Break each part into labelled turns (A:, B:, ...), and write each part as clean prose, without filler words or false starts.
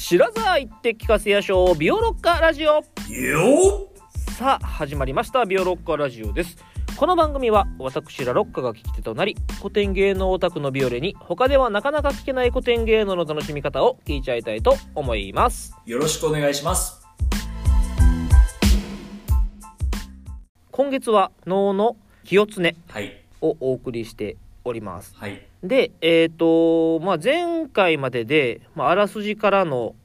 A: 白沢行って聞かせやしょうビオロッカラジオ
B: よ
A: さあ始まりましたビオロッカラジオです。この番組は私らロッカが聞き手となり、古典芸能オタクのビオレに他ではなかなか聞けない古典芸能の楽しみ方を聞いちゃいたいと思います。
B: よろしくお願いします。
A: 今月は能の清常
B: はい
A: をお送りしております。
B: はい。
A: で前回までで、あらすじからの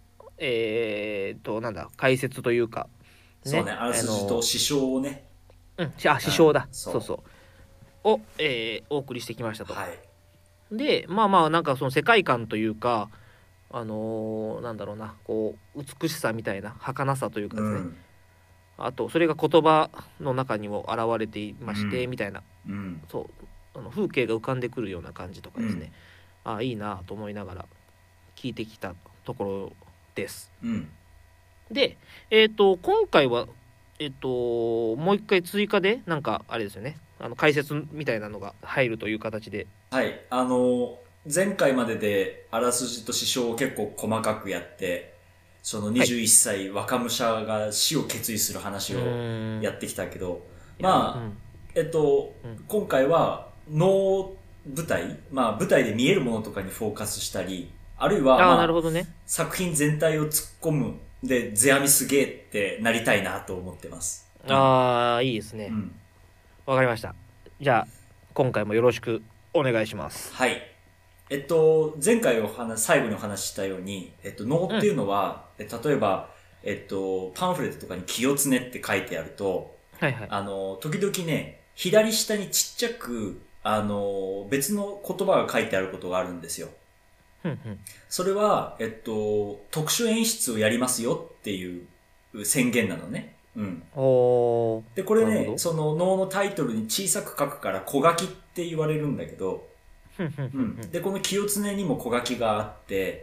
A: 解説というか、
B: そうね、あらすじと師匠をね、
A: 師匠だ、
B: そう
A: を、お送りしてきましたと。
B: はい。
A: でなんかその世界観というか、こう美しさみたいな儚さというかですね、あとそれが言葉の中にも現れていまして、みたいな、そう風景が浮かんでくるような感じとかですね、いいなと思いながら聞いてきたところです。で、今回はもう一回追加でなんかあれですよね、解説みたいなのが入るという形で、
B: はい。前回までであらすじと師匠を結構細かくやって、その21歳若武者が死を決意する話をやってきたけど、今回は能舞台、舞台で見えるものとかにフォーカスしたり、あるいは、
A: なるほどね、
B: 作品全体を突っ込むで、世阿弥すげえってなりたいなと思ってます。
A: いいですね。わかりました。じゃあ今回もよろしくお願いします。
B: はい。前回最後にお話ししたように、能っていうのは、例えば、パンフレットとかに清常って書いてあると、時々ね、左下にちっちゃく、別の言葉が書いてあることがあるんですよ。それは、特殊演出をやりますよっていう宣言なのね。で、これね、その能のタイトルに小さく書くから小書きって言われるんだけど、で、この清常にも小書きがあって、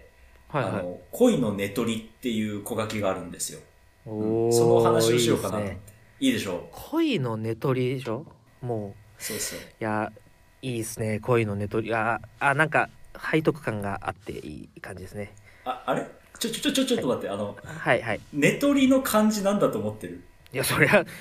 B: 恋の寝取りっていう小書きがあるんですよ。その話をしようかなと思って。いいでしょう。
A: 恋の寝取りでしょ。もう。
B: そうそう。
A: いや、いいですね。恋の寝取り。なんか背徳感があっていい感じですね。
B: あれちょっと待って、寝取りの漢字なんだと思ってる？
A: いや、そりゃ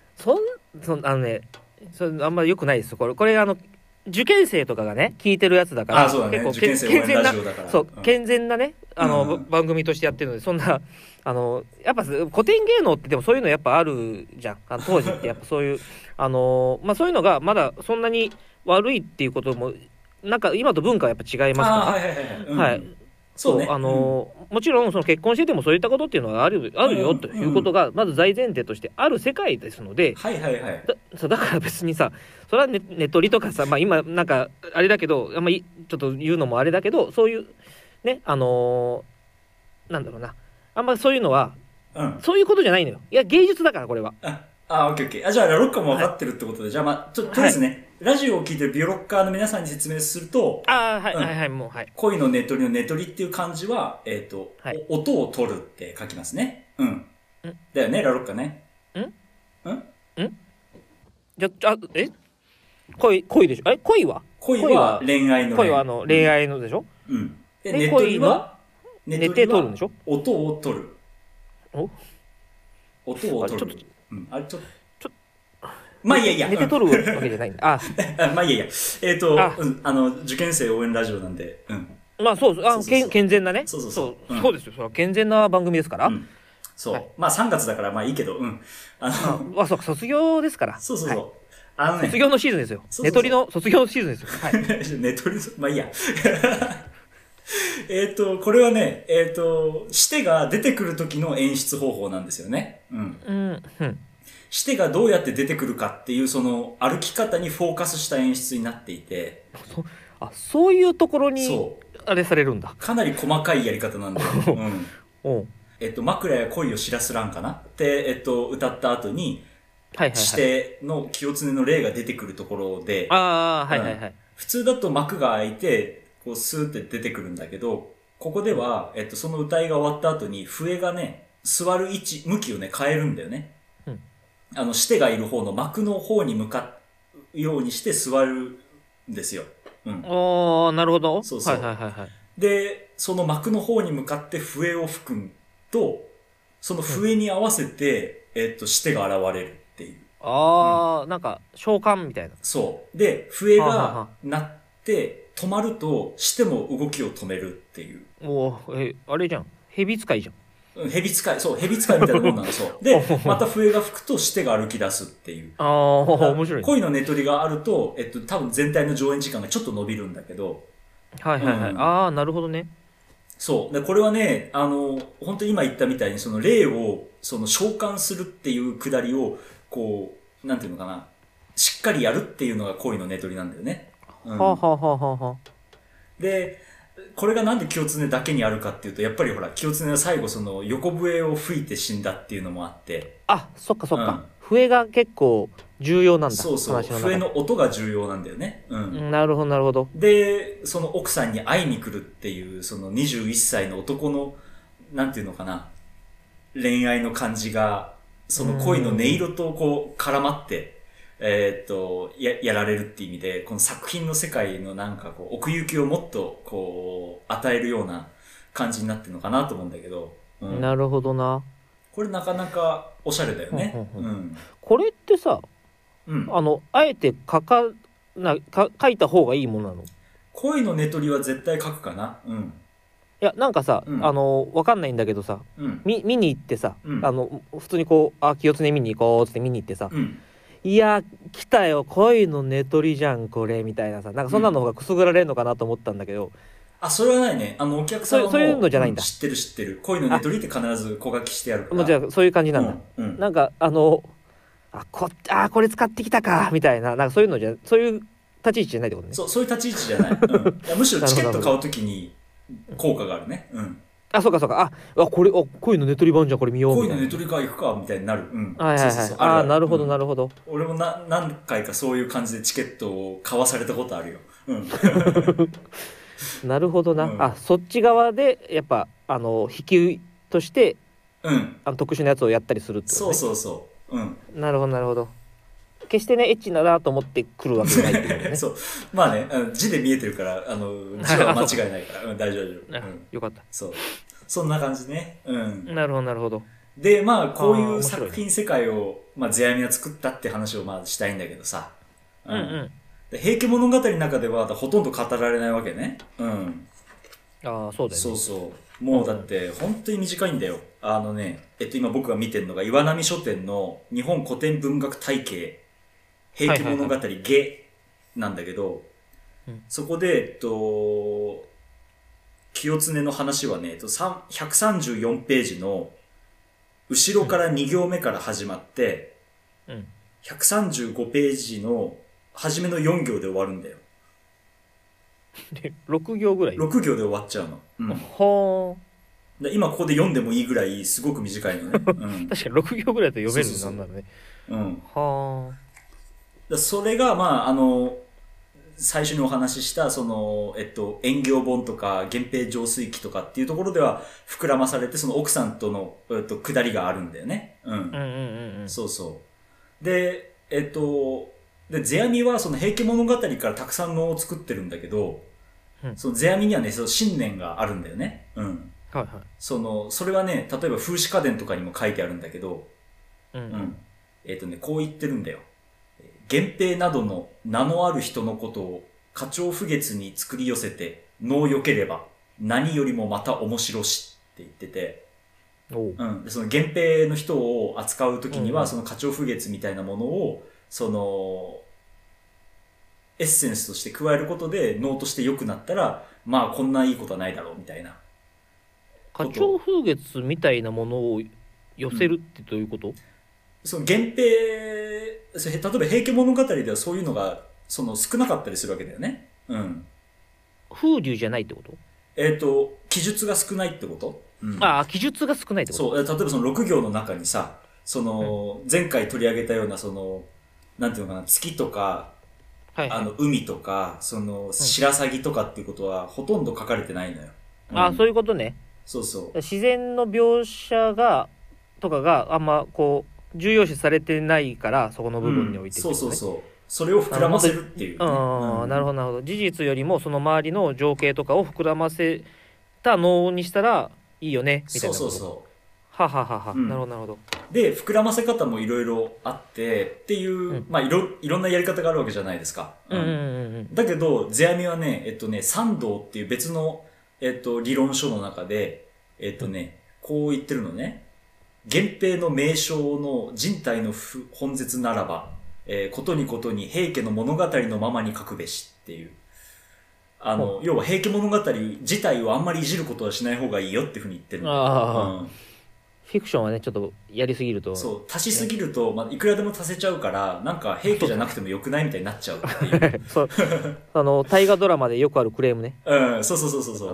A: あんまり良くないです。これ受験生とかがね聞いてるやつだから、
B: そうだね、
A: 結構
B: 受験生応援ラジオだから、
A: 健全なね番組としてやってるので、そんなやっぱ古典芸能ってでもそういうのやっぱあるじゃん。当時ってやっぱそういうそういうのがまだそんなに悪いっていうこともなんか今と文化はやっぱ違いますから、そうね、もちろんその結婚しててもそういったことっていうのはあるよということがまず大前提としてある世界ですので、だから別にさ、それは寝取りとかさ、今なんかあれだけど、あんまりちょっと言うのもあれだけど、そういうね、なんだろうな、あんまそういうのは、そういうことじゃないのよ。いや、芸術だからこれは。
B: オッケー。じゃあロッカーも分かってるってことで、じゃあとりあえずね、ラジオを聞いてるビオロッカーの皆さんに説明すると、恋の寝取りの寝取りっていう漢字は、音を取るって書きますね。だよね、ラロッカね。
A: 恋でしょ。恋は
B: 恋愛の。
A: 恋は恋愛のでしょ。
B: で、寝取りは
A: 寝て取るんでしょ。
B: 音を取る。音を取る。いや。
A: 寝て取るわけじゃないんだ。
B: 受験生応援ラジオなんで。
A: そう健全なね。そうですよ。それは健全な番組ですから。
B: そう。3月だからいいけど、
A: そう、卒業ですから。
B: そう。
A: 卒業のシーズンですよ。寝取りの卒業のシーズンですよ。
B: 寝取り、いいや。これはね、シテが出てくる時の演出方法なんですよね。シテがどうやって出てくるかっていうその歩き方にフォーカスした演出になっていて、
A: そういうところにあれされるんだ。
B: かなり細かいやり方なんだよ。枕や恋を知らすらんかなって、歌った後に、シテの清常の霊が出てくるところで、普通だと幕が開いてこうスーって出てくるんだけど、ここでは、その歌いが終わった後に笛がね、座る向きをね変えるんだよね。シテがいる方の幕の方に向かうようにして座るんですよ。
A: なるほど。
B: そう。 で、その幕の方に向かって笛を吹くんと、その笛に合わせて、シテが現れるっていう。
A: なんか、召喚みたいな。
B: そう。で、笛が鳴って、止まると、シテも動きを止めるっていう。
A: あれじゃん。蛇使いじゃん。
B: 蛇使い、そう、蛇使いみたいなもんなの、そう。で、また笛が吹くと、シテが歩き出すっていう。
A: 面白い。
B: 恋の寝取りがあると、多分全体の上演時間がちょっと伸びるんだけど。
A: はいはいはい。なるほどね。
B: そう。で、これはね、本当に今言ったみたいに、その霊を、その召喚するっていうくだりを、こう、なんていうのかな、しっかりやるっていうのが恋の寝取りなんだよね。で、これがなんで清常だけにあるかっていうと、やっぱりほら、清常は最後その横笛を吹いて死んだっていうのもあって。
A: そっかそっか。笛が結構重要なんだ。
B: そうそう。笛の音が重要なんだよね。
A: なるほどなるほど。
B: で、その奥さんに会いに来るっていう、その21歳の男の、なんていうのかな、恋愛の感じが、その恋の音色とこう絡まって、やられるっていう意味で、この作品の世界のなんかこう、奥行きをもっとこう、与えるような感じになってるのかなと思うんだけど。
A: なるほどな。
B: これなかなかおしゃれだよね。
A: これってさ、あえて書いた方がいいものなの？
B: 恋の寝取りは絶対書くかな。
A: いや、なんかさ、わかんないんだけどさ、見に行ってさ、普通にこう、清常見に行こうって見に行ってさ、いや、来たよ、恋の寝取りじゃん、これ、みたいなさ、なんかそんなの方がくすぐられるのかなと思ったんだけど。
B: それはないね。お客さんは
A: そういうのじゃないんだ。
B: 知ってる。恋の寝取りって必ず小書きしてあるから。
A: もうじゃあ、そういう感じなんだ。なんか、これ使ってきたか、みたいな、なんかそういうのそういう立ち位置じゃないってことね。
B: そういう立ち位置じゃない。むしろチケット買うときに効果があるね。
A: そうかそうか。これ、恋の寝取り版じゃん、これ見よう。
B: 恋の寝取りか行くか、みたいになる。
A: なるほど、なるほど。
B: 俺も何回かそういう感じでチケットを買わされたことあるよ。
A: なるほどな。そっち側で、やっぱ、引きとして、特殊なやつをやったりするってことね。
B: そう。
A: なるほど、なるほど。決してね、エッチだなと思って来るわけじゃないってことね。
B: そう。まあね、字で見えてるから、字は間違いないから、大丈夫。
A: よかった。
B: そう。そんな感じね。
A: なるほど、なるほど。
B: で、まあ、こういう作品世界を、ゼアミは作ったって話をしたいんだけどさ。平家物語の中ではほとんど語られないわけね。
A: そうだよね。
B: そう。もうだって、本当に短いんだよ。今僕が見てるのが、岩波書店の日本古典文学体系、平家物語下なんだけど、そこで、清常の話はね、134ページの後ろから2行目から始まって、135ページの初めの4行で終わるんだよ。
A: 6行ぐらい
B: ?6 行で終わっちゃうの。今ここで読んでもいいぐらいすごく短いのね。確か
A: に6行ぐらいだと読めるのなんなのね。
B: それが、最初にお話しした、演行本とか、源平浄水記とかっていうところでは膨らまされて、その奥さんとの、下りがあるんだよね。そうそう。で、世阿弥はその平家物語からたくさん能を作ってるんだけど、その世阿弥にはね、その信念があるんだよね。それはね、例えば風刺家電とかにも書いてあるんだけど、こう言ってるんだよ。源平などの名のある人のことを花鳥風月に作り寄せて能良ければ何よりもまた面白しって言ってて、でその源平の人を扱うときには、その花鳥風月みたいなものをエッセンスとして加えることで能として良くなったら、こんないいことはないだろうみたいな。
A: 花鳥風月みたいなものを寄せるってどういうこと？
B: その源平、例えば平家物語ではそういうのが少なかったりするわけだよね。
A: 風流じゃないってこと？
B: 記述が少ないってこと？
A: 記述が少ないってこと？
B: そう、例えばその6行の中にさ、前回取り上げたようななんていうのかな、月とか、海とか、白鷺とかっていうことはほとんど書かれてないのよ。
A: そういうことね。
B: そうそう。
A: 自然の描写とかがあんま重要視されてないから、そこの部分において、
B: そう。 それを膨らませるっていう、ね、
A: なるほどなるほど。事実よりもその周りの情景とかを膨らませた能にしたらいいよねみたいな。
B: そうそうそう。
A: はははは、なるほどなるほど。
B: で、膨らませ方もいろいろあってっていう、まあいろんなやり方があるわけじゃないですか。だけど世阿弥はね、三道っていう別の理論書の中でこう言ってるのね。源平の名称の人体の本絶ならば、ことにことに平家の物語のままに書くべしっていう。要は平家物語自体をあんまりいじることはしない方がいいよっていうふうに言ってる。
A: フィクションはね、ちょっとやりすぎると。
B: そう、足しすぎると、まあ、いくらでも足せちゃうから、なんか平家じゃなくてもよくないみたいになっちゃうっていう。
A: そう。大河ドラマでよくあるクレームね。
B: そう。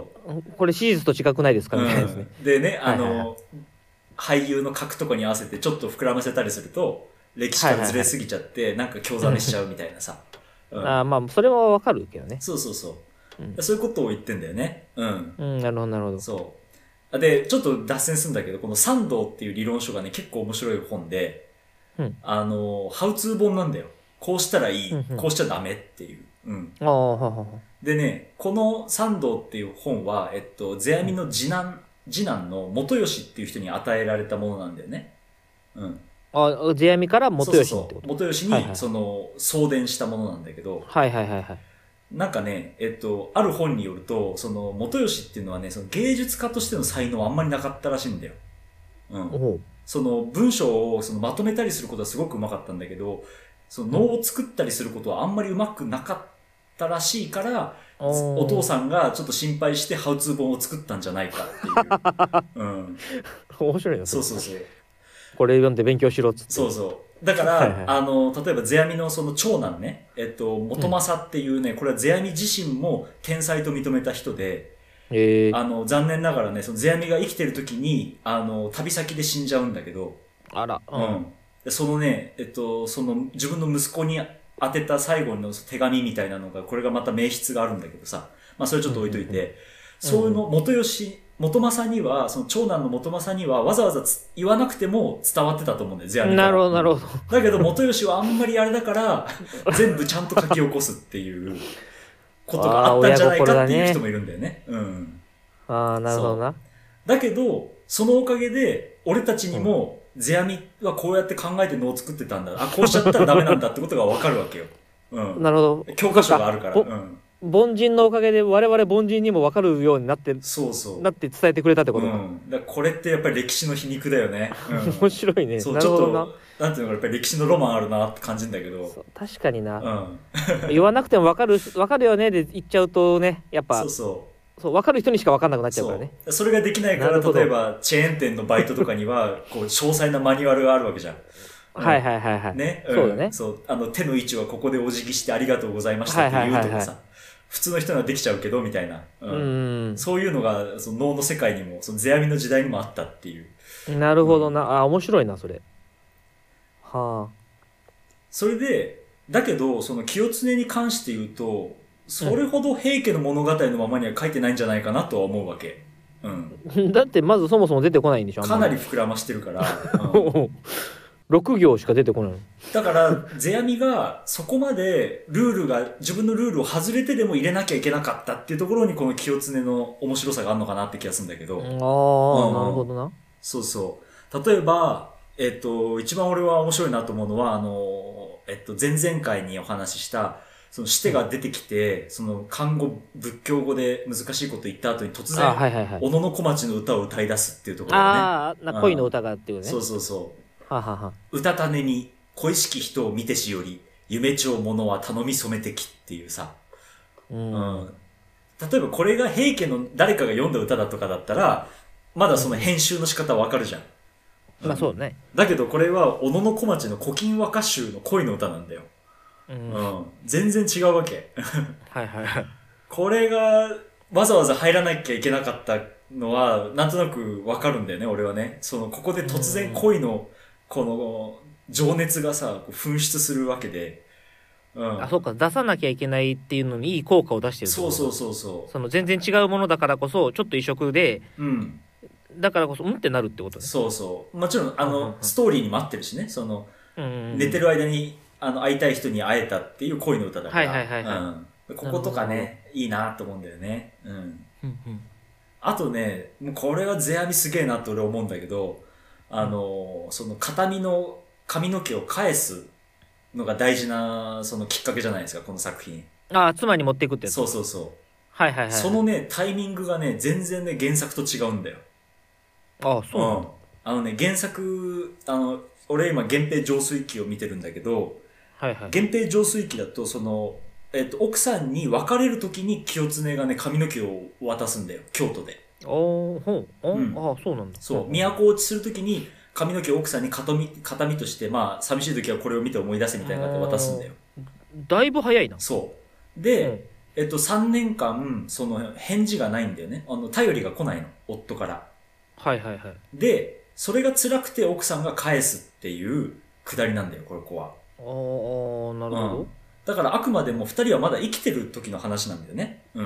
A: これ史実と違くないですかみたいなですね。
B: でね、俳優の格とかに合わせてちょっと膨らませたりすると、歴史からずれすぎちゃって、なんか興ざめしちゃうみたいなさ。
A: まあ、それはわかるけどね。
B: そう。そういうことを言ってんだよね。
A: なるほど、なるほど。
B: そう。で、ちょっと脱線するんだけど、この三道っていう理論書がね、結構面白い本で、ハウツー本なんだよ。こうしたらいい、こうしちゃダメっていう。でね、この三道っていう本は、世阿弥の次男の元吉っていう人に与えられたものなんだよね。
A: 世阿弥から元吉ってこと？
B: 元吉に、送伝したものなんだけど、なんかね、ある本によると、その、元吉っていうのはね、その芸術家としての才能はあんまりなかったらしいんだよ。その、文章をまとめたりすることはすごく上手かったんだけど、その、能を作ったりすることはあんまり上手くなかったらしいから、お父さんがちょっと心配してハウツー本を作ったんじゃないかっていう。
A: 面白いな。
B: そう。
A: これ読んで勉強しろっつって。
B: そう。だから、例えば世阿弥のその長男ね、元政っていうね、これは世阿弥自身も天才と認めた人で、残念ながらね、その世阿弥が生きてる時に、旅先で死んじゃうんだけど、そのね、その自分の息子に当てた最後の手紙みたいなのが、これがまた名筆があるんだけどさ、まあそれちょっと置いといて、そういうの、元政には、その長男の元政にはわざわざ言わなくても伝わってたと思うんだよ、世阿弥から。
A: なるほど、なるほど。
B: だけど元吉はあんまりあれだから、全部ちゃんと書き起こすっていうことがあったんじゃないかっていう人もいるんだよね。
A: なるほどな。
B: だけど、そのおかげで、俺たちにも、世阿弥はこうやって考えて能を作ってたんだ。こうしちゃったらダメなんだってことがわかるわけよ。
A: なるほど。
B: 教科書があるから。
A: 凡人のおかげで我々凡人にも分かるようになってなって伝えてくれたってことか。
B: だからこれってやっぱり歴史の皮肉だよね。
A: 面白いね。
B: そう、ちょっとなんていうのかやっぱり歴史のロマンあるなって感じるんだけど。
A: 確かにな。言わなくても分かるよねで言っちゃうとね、やっぱそう分かる人にしか分かんなくなっちゃうからね。
B: それができないから例えばチェーン店のバイトとかにはこう詳細なマニュアルがあるわけじゃん。ね、
A: そうだね。
B: 手の位置はここでお辞儀してありがとうございましたって言うとかさ。普通の人にはできちゃうけどみたいな、そういうのがその能の世界にもその世阿弥の時代にもあったっていう。
A: なるほどな。面白いなそれ。
B: それでだけどその清経に関して言うとそれほど平家の物語のままには書いてないんじゃないかなとは思うわけ。
A: だってまずそもそも出てこないんでしょ。
B: かなり膨らましてるから。
A: 6行しか出てこない。
B: だから、世阿弥がそこまで自分のルールを外れてでも入れなきゃいけなかったっていうところにこの清経の面白さがあるのかなって気がするんだけど。なる
A: ほどな。
B: そう。例えば、一番俺は面白いなと思うのは、前々回にお話しした、そのシテが出てきて、その漢語、仏教語で難しいこと言った後に突然、小野小町の歌を歌い出すっていうところがね。
A: 恋の歌がっていうね。
B: そう。うたたねに恋しき人を見てしより夢蝶物は頼み染めてきっていうさ、例えばこれが平家の誰かが読んだ歌だとかだったらまだその編集の仕方わかるじゃん。
A: まあそうね。
B: だけどこれは小野小町の古今和歌集の恋の歌なんだよ。全然違うわけ。これがわざわざ入らなきゃいけなかったのはなんとなくわかるんだよね、俺はね。ここで突然恋のこの情熱がさ噴出するわけで、
A: そうか、出さなきゃいけないっていうのにいい効果を出してる。
B: そう。
A: その全然違うものだからこそちょっと異色で、だからこそってなるってことね。
B: そう。もちろんストーリーにも合ってるしね。寝てる間に会いたい人に会えたっていう恋の歌だから。
A: はいはいはいはい。
B: うん。こことかね、いいなと思うんだよね。うん。あとね、もうこれは世阿弥すげえなって俺思うんだけど、その形見の髪の毛を返すのが大事な、そのきっかけじゃないですか、この作品。
A: ああ、妻に持っていくってやつ。
B: そうそうそう。
A: はいはいはい。
B: そのね、タイミングがね、全然ね、原作と違うんだよ。
A: ああ、そうなんだ。
B: 原作、俺今、源平浄水器を見てるんだけど、
A: はいはい。
B: 源平浄水器だと、その、奥さんに別れるときに清常がね、髪の毛を渡すんだよ、京都で。
A: おー、ほう、
B: うん、
A: ああ、そうなんだ。
B: そう、都落ちするときに、髪の毛を奥さんに形見として、まあ、寂しいときはこれを見て思い出せみたいな感じで渡すんだよ。
A: だいぶ早いな。
B: そう。で、3年間、その、返事がないんだよね。頼りが来ないの、夫から。
A: はいはいはい。
B: で、それが辛くて奥さんが返すっていうくだりなんだよ、これは。
A: ああ、なるほど、うん。
B: だからあくまでも二人はまだ生きてる時の話なんだよね。うん。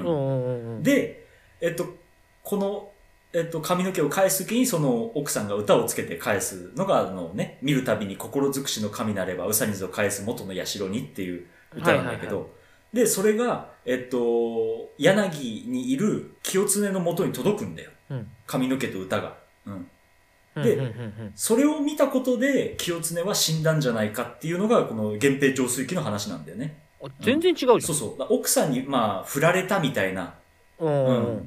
B: で、この、髪の毛を返す時にその奥さんが歌をつけて返すのが、ね、見るたびに心尽くしの神なれば、うさにずを返す元の社にっていう歌なんだけど、で、それが、柳にいる清常の元に届くんだよ。うん、髪の毛と歌が。うん。で、それを見たことで清常は死んだんじゃないかっていうのがこの源平浄水器の話なんだよね。
A: 全然違うじゃん。
B: そうそう。奥さんにまあ振られたみたいな。うん。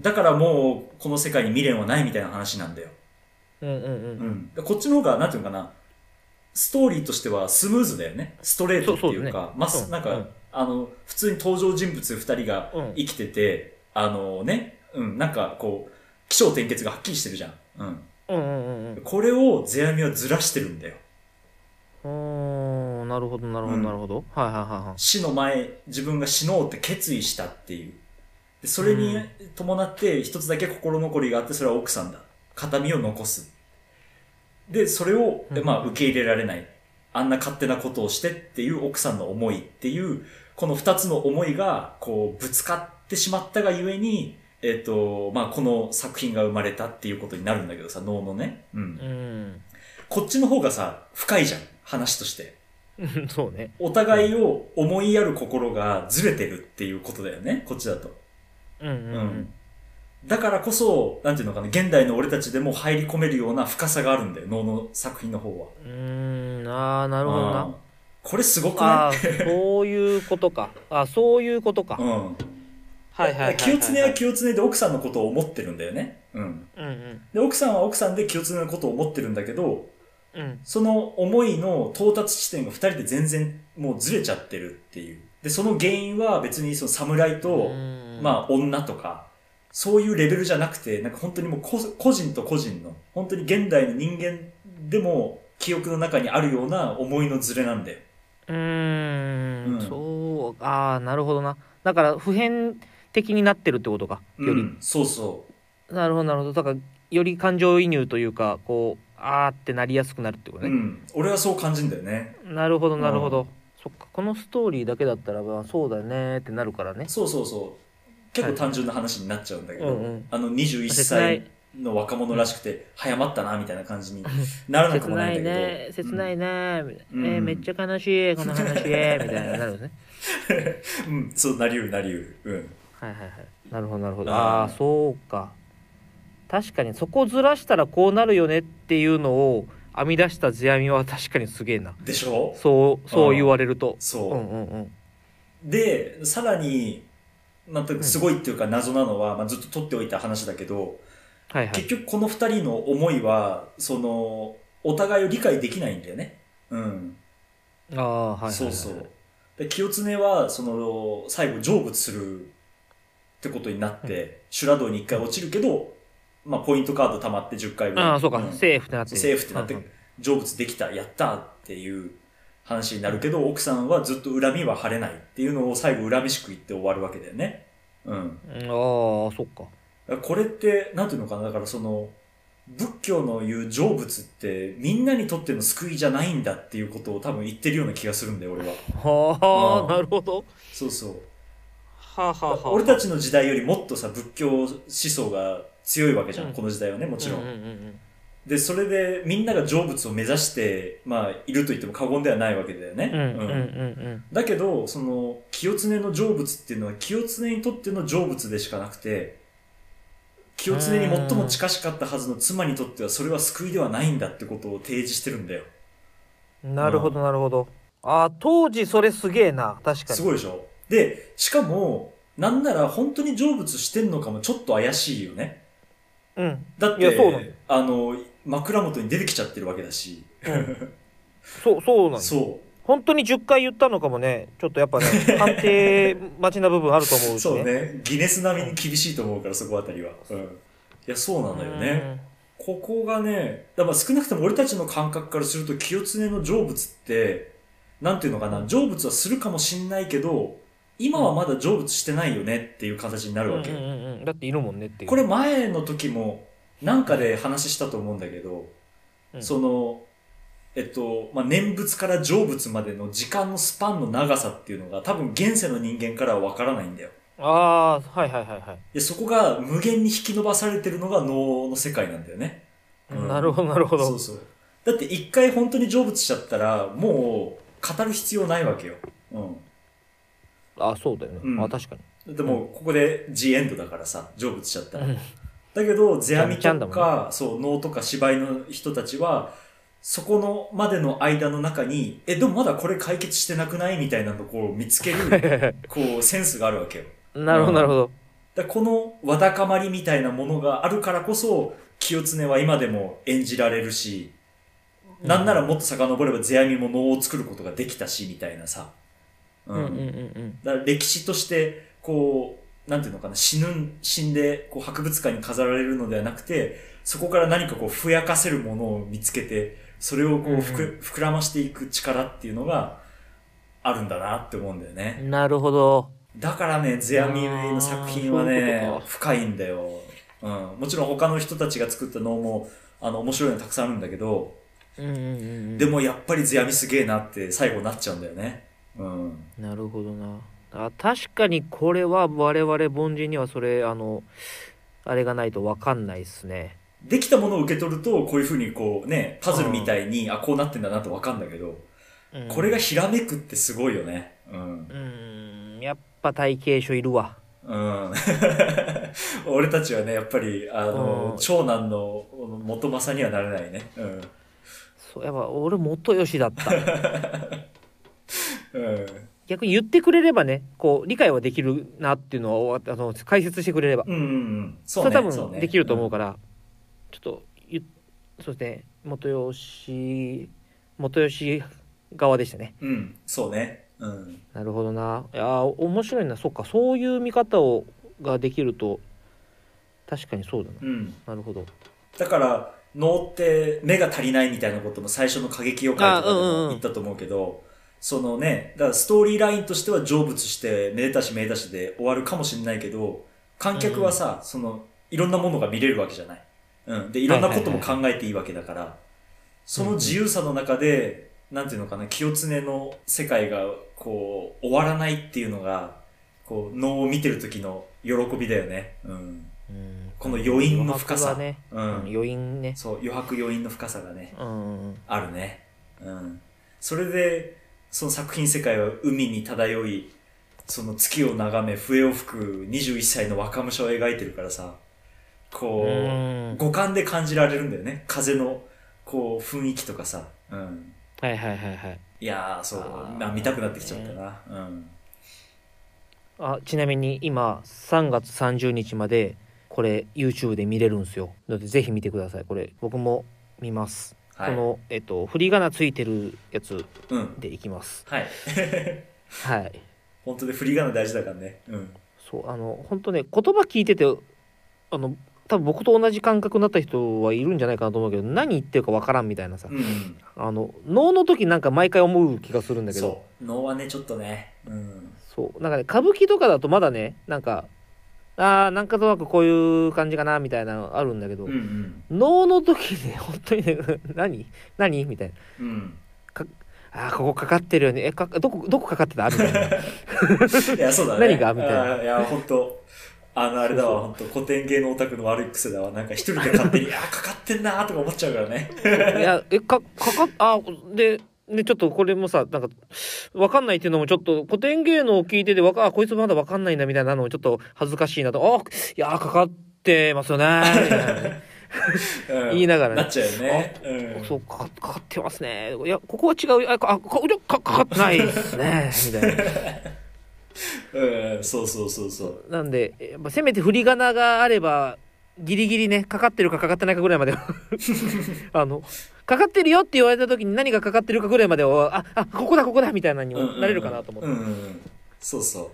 B: だからもうこの世界に未練はないみたいな話なんだよ。こっちの方がなんていうのかな、ストーリーとしてはスムーズだよね。ストレートっていうか、なんか、普通に登場人物二人が生きてて、なんかこう起承転結がはっきりしてるじゃん。これを世阿弥はずらしてるんだよ。
A: なるほどなるほどなるほど。はいはいはい。
B: 死の前、自分が死のうって決意したっていう。でそれに伴って一つだけ心残りがあって、それは奥さんだ。形見を残す。で、それを、まあ受け入れられない。あんな勝手なことをしてっていう奥さんの思いっていう、この二つの思いが、こう、ぶつかってしまったがゆえに、まあ、この作品が生まれたっていうことになるんだけどさ、能のね。こっちの方がさ、深いじゃん。話として。
A: そうね。
B: お互いを思いやる心がずれてるっていうことだよね。こっちだと。だからこそ、なんていうのかな、現代の俺たちでも入り込めるような深さがあるんだよ。能の作品の方は。
A: なるほどな。
B: これすごくない？
A: そういうことか。そういうことか。
B: 清常は清常で奥さんのことを思ってるんだよね。で、奥さんは奥さんで清常のことを思ってるんだけど、その思いの到達地点が二人で全然もうずれちゃってるっていう。で、その原因は別にその侍と、まあ女とか、そういうレベルじゃなくて、なんか本当にもう個人と個人の、本当に現代の人間でも記憶の中にあるような思いのずれなんだよ。
A: そう、なるほどな。だから普遍的になってるってことか、より。
B: そうそう。
A: なるほどなるほど。だからより感情移入というか、こうってなりやすくなるってことね。
B: 俺はそう感じんだよね。
A: なるほどなるほど。そっか、このストーリーだけだったらそうだねってなるからね。
B: そうそうそう。結構単純な話になっちゃうんだけど、21歳の若者らしくて早まったなみたいな感じにならなくもないんだけど。
A: 切ないね、めっちゃ悲しいこの話みたいななるね。
B: そうなりうるなりうる。
A: はいはいはい。なるほどなるほど。そうか。確かにそこずらしたらこうなるよねっていうのを編み出した世阿弥は確かにすげえな。
B: でしょ？
A: そう言われると。
B: そう。で、さらに、すごいっていうか謎なのは、ずっと取っておいた話だけど、結局この二人の思いは、お互いを理解できないんだよね。そうそう。で清常は、最後成仏するってことになって、修羅道に一回落ちるけど、ポイントカード溜まって10回分。
A: そうか、セーフってなって。
B: セーフってなって、成仏できた、やったっていう話になるけど、奥さんはずっと恨みは晴れないっていうのを最後恨みしく言って終わるわけだよね。
A: そっか。
B: これって、なんていうのかな、だから仏教の言う成仏ってみんなにとっての救いじゃないんだっていうことを多分言ってるような気がするんだよ、俺は。
A: なるほど。
B: そうそう。俺たちの時代よりもっとさ、仏教思想が強いわけじゃん、この時代はね、もちろん。 で、それでみんなが成仏を目指して、まあ、いると言っても過言ではないわけだよね。だけど、その、清常の成仏っていうのは、清常にとっての成仏でしかなくて、清常に最も近しかったはずの妻にとっては、それは救いではないんだってことを提示してるんだよ。
A: なるほど、なるほど。当時それすげえな、確かに。
B: すごいでしょ。で、しかも、なんなら本当に成仏してんのかもちょっと怪しいよね。
A: うん。
B: だって、枕元に出てきちゃってるわけだし。
A: そうなんです。そう。本当に10回言ったのかもね、ちょっとやっぱね、判定待ちな部分あると思うしね。
B: そうね。ギネス並みに厳しいと思うから、そこあたりは。いや、そうなのよね。ここがね、だから少なくとも俺たちの感覚からすると、清常の成仏って、なんていうのかな、成仏はするかもしんないけど、今はまだ成仏してないよねっていう形になるわけ。
A: だっているもんねっていう。
B: これ前の時もなんかで話したと思うんだけど、その、念仏から成仏までの時間のスパンの長さっていうのが多分現世の人間からはわからないんだよ。で、そこが無限に引き伸ばされてるのが能の世界なんだよね。
A: なるほど、なるほど。
B: そうそう。だって一回本当に成仏しちゃったら、もう語る必要ないわけよ。
A: そうだよね。確かに。
B: でも、ここでジエンドだからさ、成仏しちゃったら。だけど、世阿弥とか、そう、能とか芝居の人たちは、そこのまでの間の中に、でもまだこれ解決してなくないみたいなところを見つける、センスがあるわけよ。
A: なるほど、なるほど。
B: このわだかまりみたいなものがあるからこそ、清常は今でも演じられるし、なんならもっと遡れば世阿弥も能を作ることができたし、みたいなさ。だから歴史として、なんていうのかな、死んで、博物館に飾られるのではなくて、そこから何かふやかせるものを見つけて、それを膨らましていく力っていうのがあるんだなって思うんだよね。
A: なるほど。
B: だからね、世阿弥の作品はね、深いんだよ。もちろん他の人たちが作った能も、面白いのたくさんあるんだけど、でもやっぱり世阿弥すげえなって最後なっちゃうんだよね。
A: なるほどな。確かにこれは我々凡人にはそれあれがないと分かんないっすね。
B: できたものを受け取るとこういう風にパズルみたいにこうなってんだなと分かんだけど、これがひらめくってすごいよね。
A: やっぱ体系書いるわ。
B: 俺たちはねやっぱり長男の元政にはなれないね。
A: そうやっぱ俺元吉だった。逆に言ってくれればね、理解はできるなっていうのを解説してくれれば、それ多分できると思うから、ちょっとそうですね、元吉側でしたね。
B: そうね。
A: なるほどな。いや面白いな。そっか、そういう見方ができると確かにそうだな。なるほど。
B: だから能って目が足りないみたいなことも最初の過激妖怪とかでも言ったと思うけど、そのね、だからストーリーラインとしては成仏してめでたしめでたしで終わるかもしれないけど、観客はさ、いろんなものが見れるわけじゃない。で、いろんなことも考えていいわけだから、その自由さの中で、なんていうのかな、清常の世界が終わらないっていうのが、能を見てる時の喜びだよね。この余韻の深さ。
A: 余韻ね。
B: そう、余白余韻の深さがね、あるね。それで、その作品世界は海に漂い、その月を眺め、笛を吹く21歳の若武者を描いてるからさ、五感で感じられるんだよね。風の、雰囲気とかさ。いやー、そう、見たくなってきちゃった
A: な。ちなみに今、3月30日まで、これ YouTube で見れるんですよ。なのでぜひ見てください。これ、僕も見ます。この、振り仮名ついてるやつでいきます。
B: はい。
A: はい。
B: 本当で振り仮名大事だからね。
A: そう、本当ね、言葉聞いてて、多分僕と同じ感覚になった人はいるんじゃないかなと思うけど、何言ってるかわからんみたいなさ。能の時なんか毎回思う気がするんだけど。
B: そう。能はね、ちょっとね。
A: そう。なんかね、歌舞伎とかだとまだね、なんか、なんかとなくこういう感じかなみたいなのあるんだけど、能の時ね、本当にね、何みたいな。ここかかってるよね。どこかかってたみたいな。
B: いや、そうだね。
A: 何がみたいな。
B: いや、本当あれだわ、本当古典芸能オタクの悪い癖だわ。なんか一人で勝手に、かかってんなーとか思っちゃうからね。
A: いや、で、ね、ちょっとこれもさ、なんか、わかんないっていうのもちょっと、古典芸能を聞いてて、こいつまだわかんないんだみたいなのもちょっと恥ずかしいなと、いやー、かかってますよねー、みたいなね。言いながら
B: ね。なっちゃうよね。
A: そう、かかってますね。いや、ここは違う。かかってないですね。みたいな。
B: そう。
A: なんで、やっぱせめて振り仮名があれば、ギリギリね、かかってるかかかってないかぐらいまでかかってるよって言われた時に何がかかってるかぐらいまでは、ここだみたいなにもなれるかなと思って。
B: そうそう。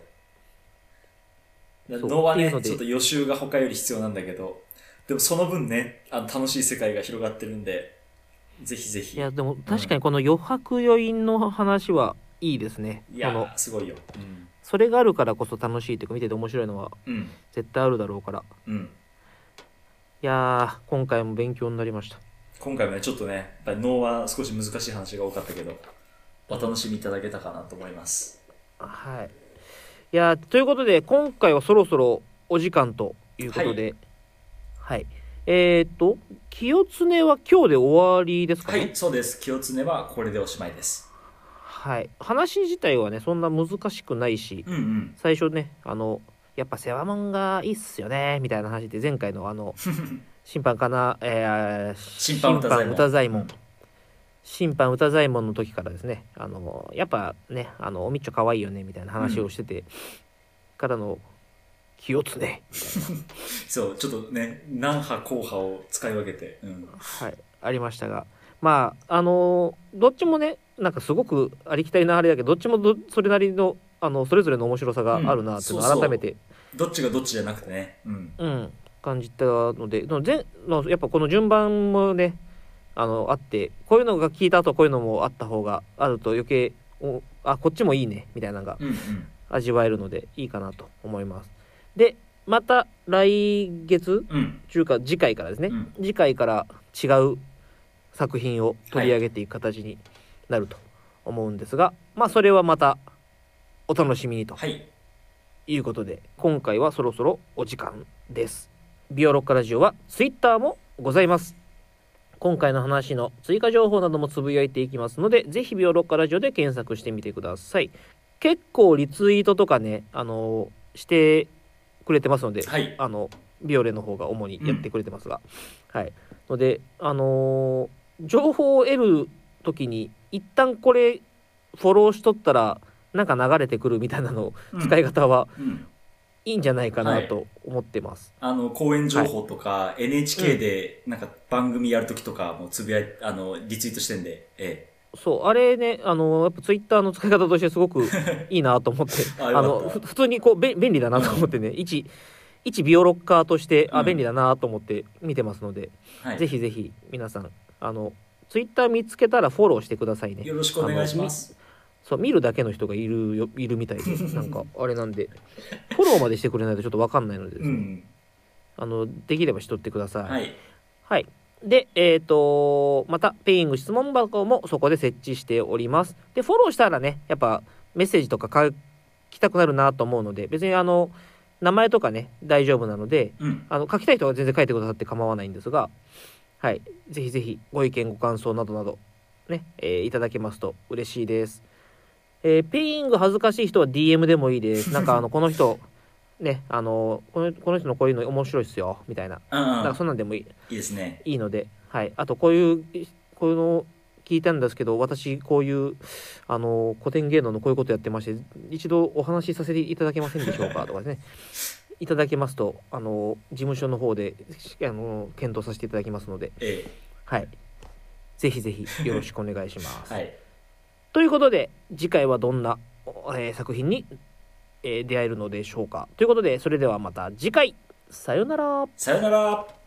B: 能はね、ちょっと予習が他より必要なんだけど、でもその分ね、楽しい世界が広がってるんで、ぜひぜひ。
A: いや、でも確かにこの余白余韻の話はいいですね。
B: いや、すごいよ。
A: それがあるからこそ楽しいというか、見てて面白いのは絶対あるだろうから。いやー、今回も勉強になりました。
B: 今回もね、ちょっとね、やっぱり能は少し難しい話が多かったけど、お楽しみいただけたかなと思います。
A: はい。いやー、ということで、今回はそろそろお時間ということで、はい。清常は今日で終わりですかね。
B: はい、そうです。清常はこれでおしまいです。
A: はい。話自体はね、そんな難しくないし、最初ね、やっぱ世話もんがいいっすよねみたいな話で、前回の審判かな、審判歌左衛門の時からですね、やっぱね、おみっちょ可愛いよねみたいな話をしてて、からの清常みたいな
B: そうちょっとね、何派後派を使い分けて、
A: はい、ありましたが、まあどっちもね、なんかすごくありきたりなあれだけど、どっちもそれなりのそれぞれの面白さがあるなっていうのを改めて、
B: どっちがどっちじゃなくてね、
A: 感じたので、やっぱこの順番もね、あって、こういうのが聞いた後こういうのもあった方があると余計こっちもいいねみたいなのが味わえるのでいいかなと思います。でまた来月中か次回からですね、次回から違う作品を取り上げていく形になると思うんですが、まあそれはまたお楽しみにということで、今回はそろそろお時間です。ビオロッカラジオはツイッターもございます。今回の話の追加情報などもつぶやいていきますので、ぜひビオロッカラジオで検索してみてください。結構リツイートとかね、してくれてますので、ビオレの方が主にやってくれてますが、ので情報を得るときに一旦これフォローしとったらなんか流れてくるみたいなの使い方はいいんじゃないかなと思ってます。
B: 公演情報とか、NHK でなんか番組やるときとかもつぶやいリツイートしてんで、
A: そうあれね、やっぱツイッターの使い方としてすごくいいなと思って普通にこう便利だなと思ってね、一ビオロッカーとして便利だなと思って見てますので、ぜひぜひ皆さんツイッター見つけたらフォローしてくださいね。
B: よろしくお願いします。
A: そう見るだけの人がいるみたいでなんかあれなんでフォローまでしてくれないとちょっと分かんないのでですね、できればしとってください。はい。でまたペイング質問箱もそこで設置しております。でフォローしたらね、やっぱメッセージとか書きたくなるなと思うので、別に名前とかね大丈夫なので、書きたい人は全然書いてくださって構わないんですが、ぜひぜひご意見ご感想などなどね、いただけますと嬉しいです。ペイング恥ずかしい人は DM でもいいです。なんかこの人ね、この人のこういうの面白いっすよみたいな、なんかそんなんでもいいですね。いいので、あとこういうの聞いたんですけど、私こういう古典芸能のこういうことやってまして、一度お話しさせていただけませんでしょうかとかねいただけますと事務所の方で検討させていただきますので、ぜひぜひよろしくお願いします。ということで次回はどんな、作品に、出会えるのでしょうかということで、それではまた次回、さよなら。
B: さよなら。